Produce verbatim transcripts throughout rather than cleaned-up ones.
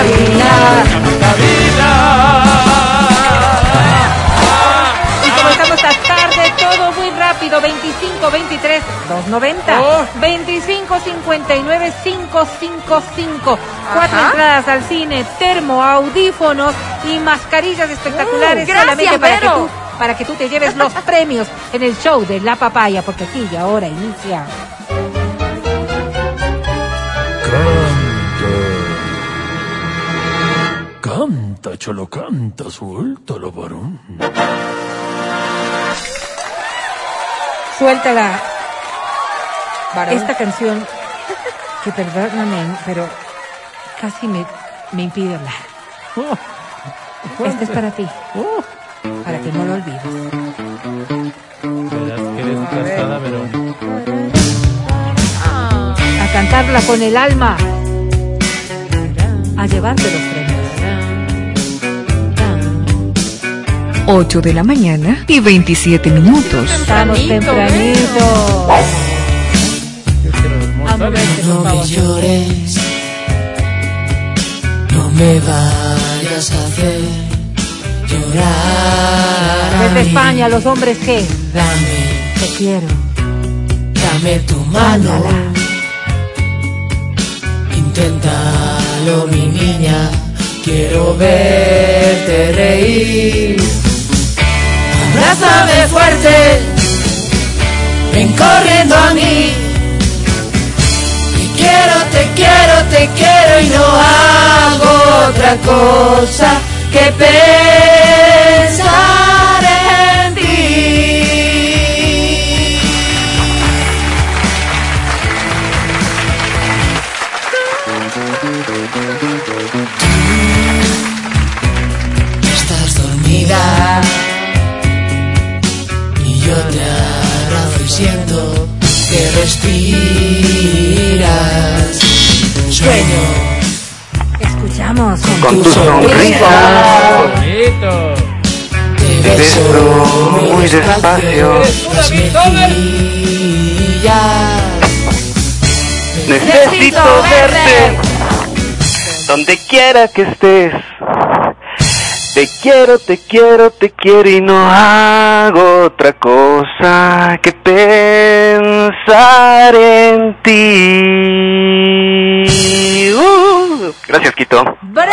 cabina. Y como estamos esta tarde, todo muy rápido. Veinticinco, veintitrés, doscientos noventa. Oh. Veinticinco, cincuenta y nueve, quinientos cincuenta y cinco. Cuatro Ajá. entradas al cine, termo, audífonos y mascarillas espectaculares. Uh, gracias, solamente para que Vero. tú, para que tú te lleves los premios en el show de La Papaya, porque aquí y ahora inicia. Canta, cholo, canta, suéltalo, varón. Suéltala. Varón. Esta canción, que perdóname, pero casi me, me impide hablar. Esta es para ti, para que no lo olvides. Verás que eres casada, Verón. Ah. A cantarla con el alma, a llevarte los premios. ocho de la mañana y veintisiete minutos. Estamos tempranito. Yo quiero almorzar. Vamos a verte, por No me favor. llores, no me vayas a hacer llorar. a Desde mí. España, los hombres que Dame, te quiero. dame tu mano. Inténtalo, mi niña, quiero verte reír. Abrázame fuerte, ven corriendo a mí. Te quiero, te quiero, te quiero y no hago otra cosa que pensar en ti. Tú estás dormida y yo te abrazo y siento que respiras. Sueño Escuchamos. con tu sonrisa. Bonito. Te beso muy despacio. Eres una Las Victoria. mejillas. Necesito verte donde quiera que estés. Te quiero, te quiero, te quiero y no hago otra cosa que pensar en ti. Uh, gracias, Quito. ¡Bravo!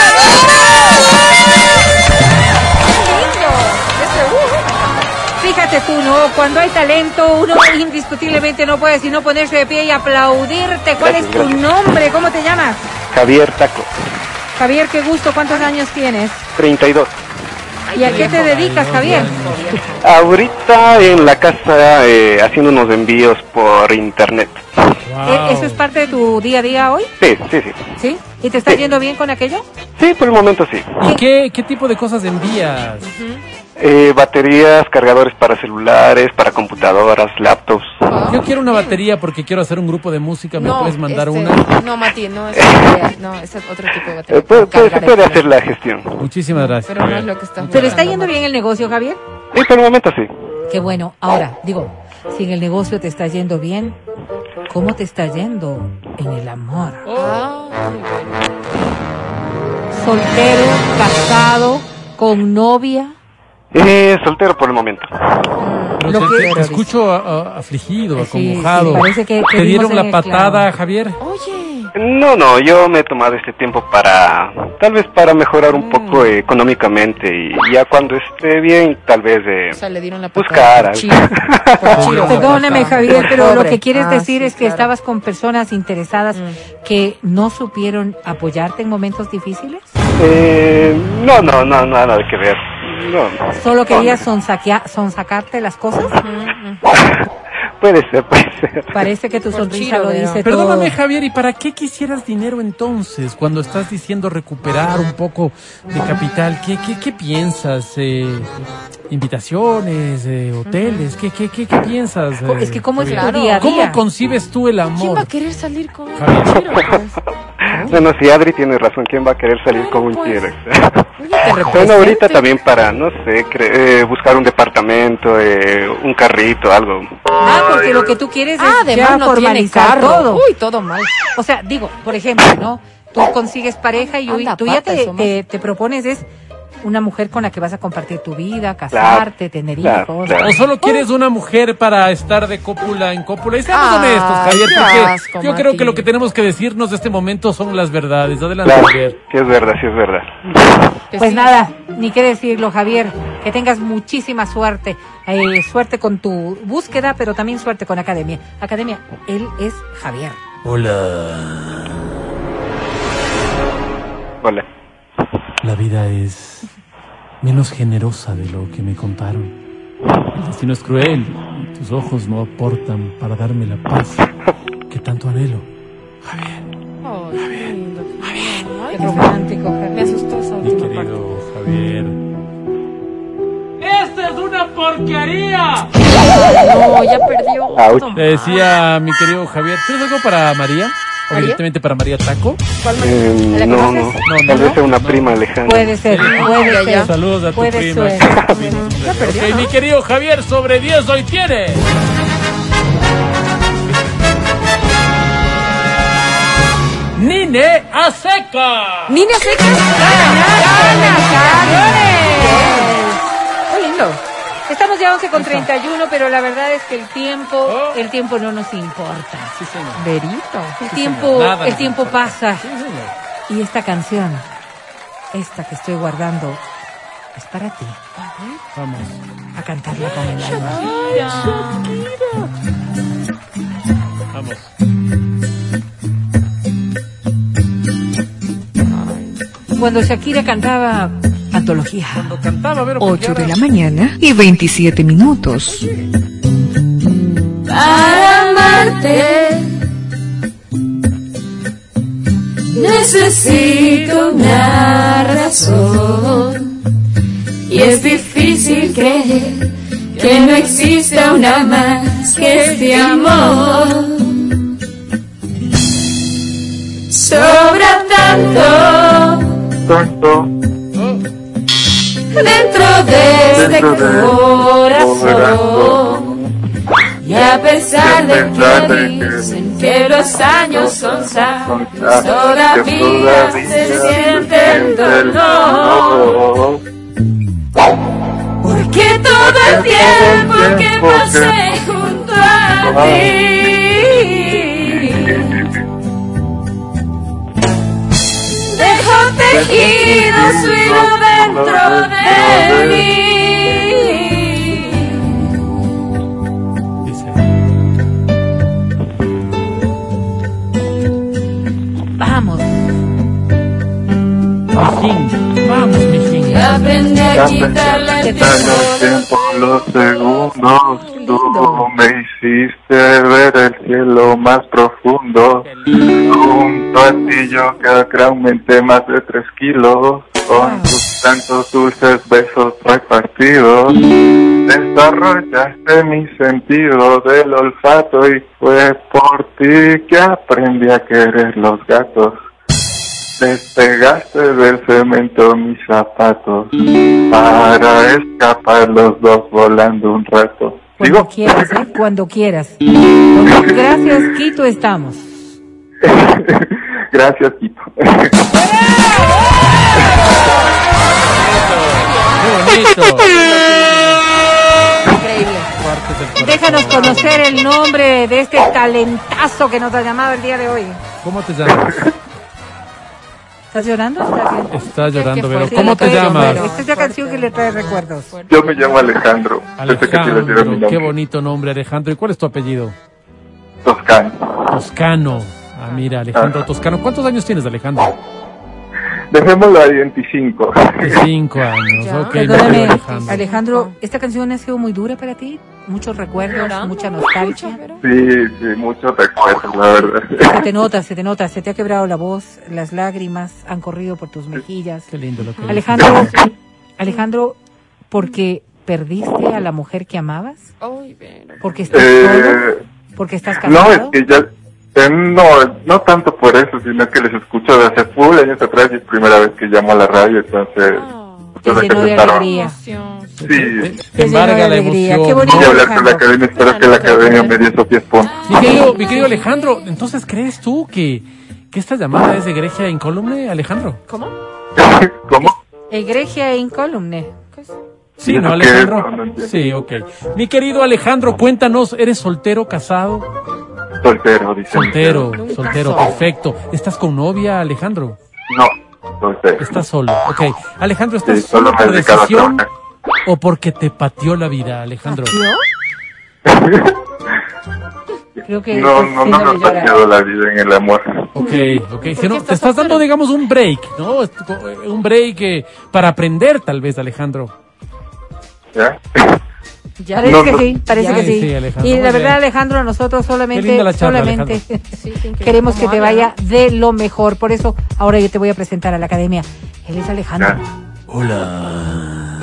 Fíjate tú, ¿no? Cuando hay talento, uno indiscutiblemente no puede sino ponerse de pie y aplaudirte. ¿Cuál Gracias, es tu gracias. nombre? ¿Cómo te llamas? Javier Taco, Javier, qué gusto. ¿Cuántos años tienes? treinta y dos. ¿Y a qué te dedicas, Javier? Ahorita en la casa eh, haciendo unos envíos por internet. ¿E- ¿Eso es parte de tu día a día hoy? Sí, sí, sí. ¿Sí? ¿Y te está Sí. yendo bien con aquello? Sí, por el momento sí. ¿Y qué, qué tipo de cosas envías? Eh, baterías, cargadores para celulares, para computadoras, laptops. Yo quiero una batería porque quiero hacer un grupo de música. ¿Me puedes mandar este, una? No, Mati, no es batería, no, es otro tipo de batería. Eh, puede, puede- se Cargar puede el hacer la gestión. Muchísimas gracias. Pero no es lo que estás ¿Se le está buscando, yendo Mati. bien el negocio, Javier? Sí, por el momento sí. Qué bueno. Ahora, digo, si en el negocio te está yendo bien, ¿cómo te está yendo en el amor? Ah, ¿Soltero, casado, con novia? Eh, soltero por el momento. Pero Lo te, que- te- te escucho a- a- afligido, Sí, acongojado. sí, parece que- que ¿Te dimos dieron en la el patada, clavo. Javier? oye, No, no, yo me he tomado este tiempo para, tal vez para mejorar un poco eh, económicamente y ya cuando esté bien, tal vez eh, o sea, le dieron la buscar patada. algo. Por chiro. Perdóname, Javier, pero lo Pobre. que quieres Ah, decir sí, es que claro. estabas con personas interesadas que no supieron apoyarte en momentos difíciles. Eh, no, no, no, nada que ver. No, ¿Solo querías sonsaquea- sonsacarte las cosas? puede ser, puede ser. Parece que tu Por sonrisa chiro, lo Vero. dice Perdóname, todo. Javier, ¿y para qué quisieras dinero entonces? Cuando estás diciendo recuperar un poco de capital, ¿qué, qué, qué piensas? Eh, ¿Invitaciones? Eh, ¿Hoteles? ¿Qué, qué, qué, qué piensas? eh, Es que cómo es tu Javier? día a ¿Cómo día? concibes tú el ¿Quién va a amor? querer salir con Javier. Chiro, pues? Bueno, si Adri tiene razón, ¿quién va a querer salir con un Pues, T-Rex? oye, te Bueno, represento. ahorita también para, no sé, cre- eh, buscar un departamento, eh, un carrito, algo. Ah, porque lo que tú quieres Ah, es además ya no tiene formalizar carro. todo. Uy, todo mal. O sea, digo, por ejemplo, ¿no? tú consigues pareja y Anda, tú ya pata, te, eso más. te, te propones es una mujer con la que vas a compartir tu vida, casarte, tener claro, hijos. claro. ¿O solo quieres una mujer para estar de cópula en cópula? Y seamos Ah, honestos, Javier, qué porque asco, yo creo Mati. que lo que tenemos que decirnos de este momento son las verdades. Adelante, Claro, Javier. sí es verdad, sí es verdad. Que Pues sí. nada, ni qué decirlo, Javier. Que tengas muchísima suerte. Eh, suerte con tu búsqueda, pero también suerte con Academia. Academia, él es Javier. Hola. Hola. La vida es menos generosa de lo que me contaron. El destino es cruel y tus ojos no aportan para darme la paz que tanto anhelo. Javier, Ay, lindo. Ay, Qué romántico, me Javier. asustó esa mi última parte. querido Javier. ¡Esta es una porquería! No, ya perdió. Ouch. Toma. Le decía a mi querido Javier, ¿tienes algo para María? ¿O ¿María? directamente para María Taco? ¿Cuál más? Eh, ¿La no, conoces? no, No, tal no, vez sea una no. prima lejana. Puede ser, puede Ya, ya. ser. Saludos a tu Puede prima. ser. Ya perdió, Ok, ¿no? mi querido Javier, sobre diez hoy tiene. Nine a seca. Niña seca. Muy lindo. Estamos ya once con treinta y uno, pero la verdad es que el tiempo, Oh. el tiempo no nos importa. Sí, señor. Verito. El Sí, tiempo, señor. Nada el nos tiempo importa. pasa. Sí, señor. Y esta canción, esta que estoy guardando, es para ti. Vamos. A cantarla con el alma. Vamos. Cuando Shakira cantaba Antología. Cuando cantaba, Vero, ocho de la porque mañana y veintisiete minutos. Para amarte necesito una razón y es difícil creer que no exista una más que este amor. Sobra tanto Tanto dentro de este dentro de corazón. Y a pesar de pesar que de que dicen que los años son sabios, son sabios, que todavía todavía se siente el dolor. dolor. Porque todo el tiempo que pasé junto a ti dejó tejido su hilo dentro de mí. dice. Vamos. Mijín. Vamos, mijín. Y aprendí a quitarle el Quitarle tiempo. el tiempo, los segundos. Tú me hiciste ver el cielo más profundo. Junto a ti yo creo que aumenté más de tres kilos. Con tus tantos dulces besos repartidos. Desarrollaste mi sentido del olfato y fue por ti que aprendí a querer los gatos. Despegaste del cemento mis zapatos para escapar los dos volando un rato. Cuando ¿Sigo? quieras, ¿eh? Cuando quieras. Con- Gracias, Quito, estamos. Gracias, Quito. Qué bonito. Increíble. Partes del corazón. Déjanos conocer el nombre de este talentazo que nos ha llamado el día de hoy. ¿Cómo te llamas? ¿Estás llorando? ¿Estás bien? Estás llorando, qué Vero. fuerte. ¿Cómo te Sí, llamas? Vero. Esta es la canción que le trae recuerdos. Yo me llamo Alejandro. Pensé que te iba a decir mi Alejandro, nombre. qué bonito nombre, Alejandro. ¿Y cuál es tu apellido? Toscano. Toscano. Ah, mira, Alejandro Toscano. ¿Cuántos años tienes, Alejandro? Dejémoslo a veinticinco. Cinco años. Ya. Ok, Perdóname, mi Alejandro. Alejandro, ¿esta canción ha sido muy dura para ti? ¿Muchos recuerdos, Llorando. mucha nostalgia? Pero- Sí, sí, muchos recuerdos, la verdad. Se te nota, se te nota, se te ha quebrado la voz, las lágrimas han corrido por tus mejillas. Qué lindo lo que Alejandro, Alejandro, ¿porque perdiste a la mujer que amabas? Ay, Vero. ¿Porque estás solo? Eh, ¿Porque estás no, es casado? que ya... eh, no, no tanto por eso, sino que les escucho desde hace full años atrás y es primera vez que llamo a la radio, entonces... Ah, Te ustedes llenó de empezaron. alegría. emoción. Sí, Te embarga la alegría, emoción. qué bonito. voy a hablar con la Alejandro. academia, espero que la academia me dé Sofía Spon. Mi querido, mi querido Alejandro, entonces, ¿crees tú que, ¿Qué esta llamada es egregia incólume, Alejandro? ¿Cómo? ¿Cómo? Egregia e incólume. Sí, ¿Y ¿no, eso Alejandro? qué es? No, no entiendo. Sí, ok. Mi querido Alejandro, cuéntanos, ¿eres soltero, casado? Soltero, dice. Soltero, Nunca soltero, solo. perfecto. ¿Estás con novia, Alejandro? No, soltero. Estás solo, ok. Alejandro, ¿estás Sí, solo solo me por he dedicado a decisión trabajar. o porque te pateó la vida, Alejandro? Creo que No, estás no, no haciéndole me ha llorar. pateado la vida en el amor. Ok, ok. Si qué no, te estás estás dando, soltero? digamos, un break, ¿no? Es- Un break eh, para aprender, tal vez, Alejandro. ¿Ya? Ya parece No, que no. sí, parece Ya. que Sí, sí. sí, Alejandro, y muy la verdad, bien. Alejandro, nosotros Qué solamente, linda la charla, solamente Alejandro. Sí, qué increíble queremos que cómo te habla, vaya ¿no? de lo mejor. Por eso, ahora yo te voy a presentar a la academia. Él es Alejandro. Ya. Hola.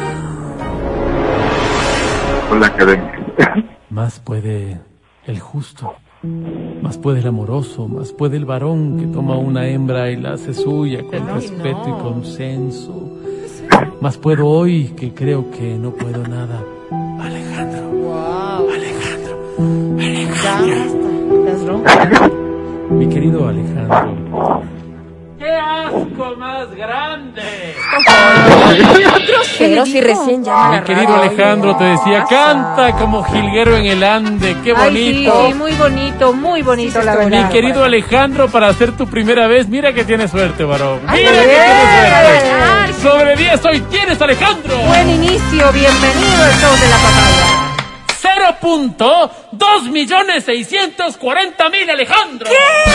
Con la academia. Más puede el justo, más puede el amoroso, más puede el varón que toma una hembra y la hace suya con Ay, respeto no. y consenso. Más puedo hoy que creo que no puedo nada. Alejandro, Wow. Alejandro, Ya, basta. Las roncas. mi querido Alejandro. ¡Qué asco más grande! Pero si recién llama a la Mi querido radio, Alejandro, te decía, ¿qué pasa? canta como jilguero en el Ande, qué Ay, sí, bonito. sí, muy bonito, muy bonito, Sí, la sí, verdad. Mi querido Alejandro, para hacer tu primera vez, mira que tienes suerte, varón. Mira Ay, que bien, tienes bien. suerte. Sobre diez hoy tienes, Alejandro. Buen inicio, bienvenido al show de la papaya. cero punto dos millones seiscientos cuarenta mil, Alejandro.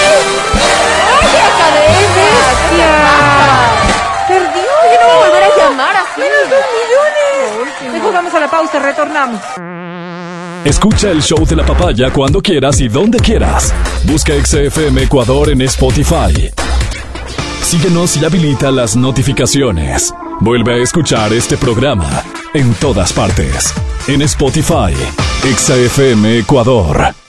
Perdió, Yo no voy a volver a llamar así. menos dos millones. Mejor vamos a la pausa, retornamos. Escucha el show de la papaya cuando quieras y donde quieras. Busca X F M Ecuador en Spotify. Síguenos y habilita las notificaciones. Vuelve a escuchar este programa en todas partes. En Spotify, X F M Ecuador.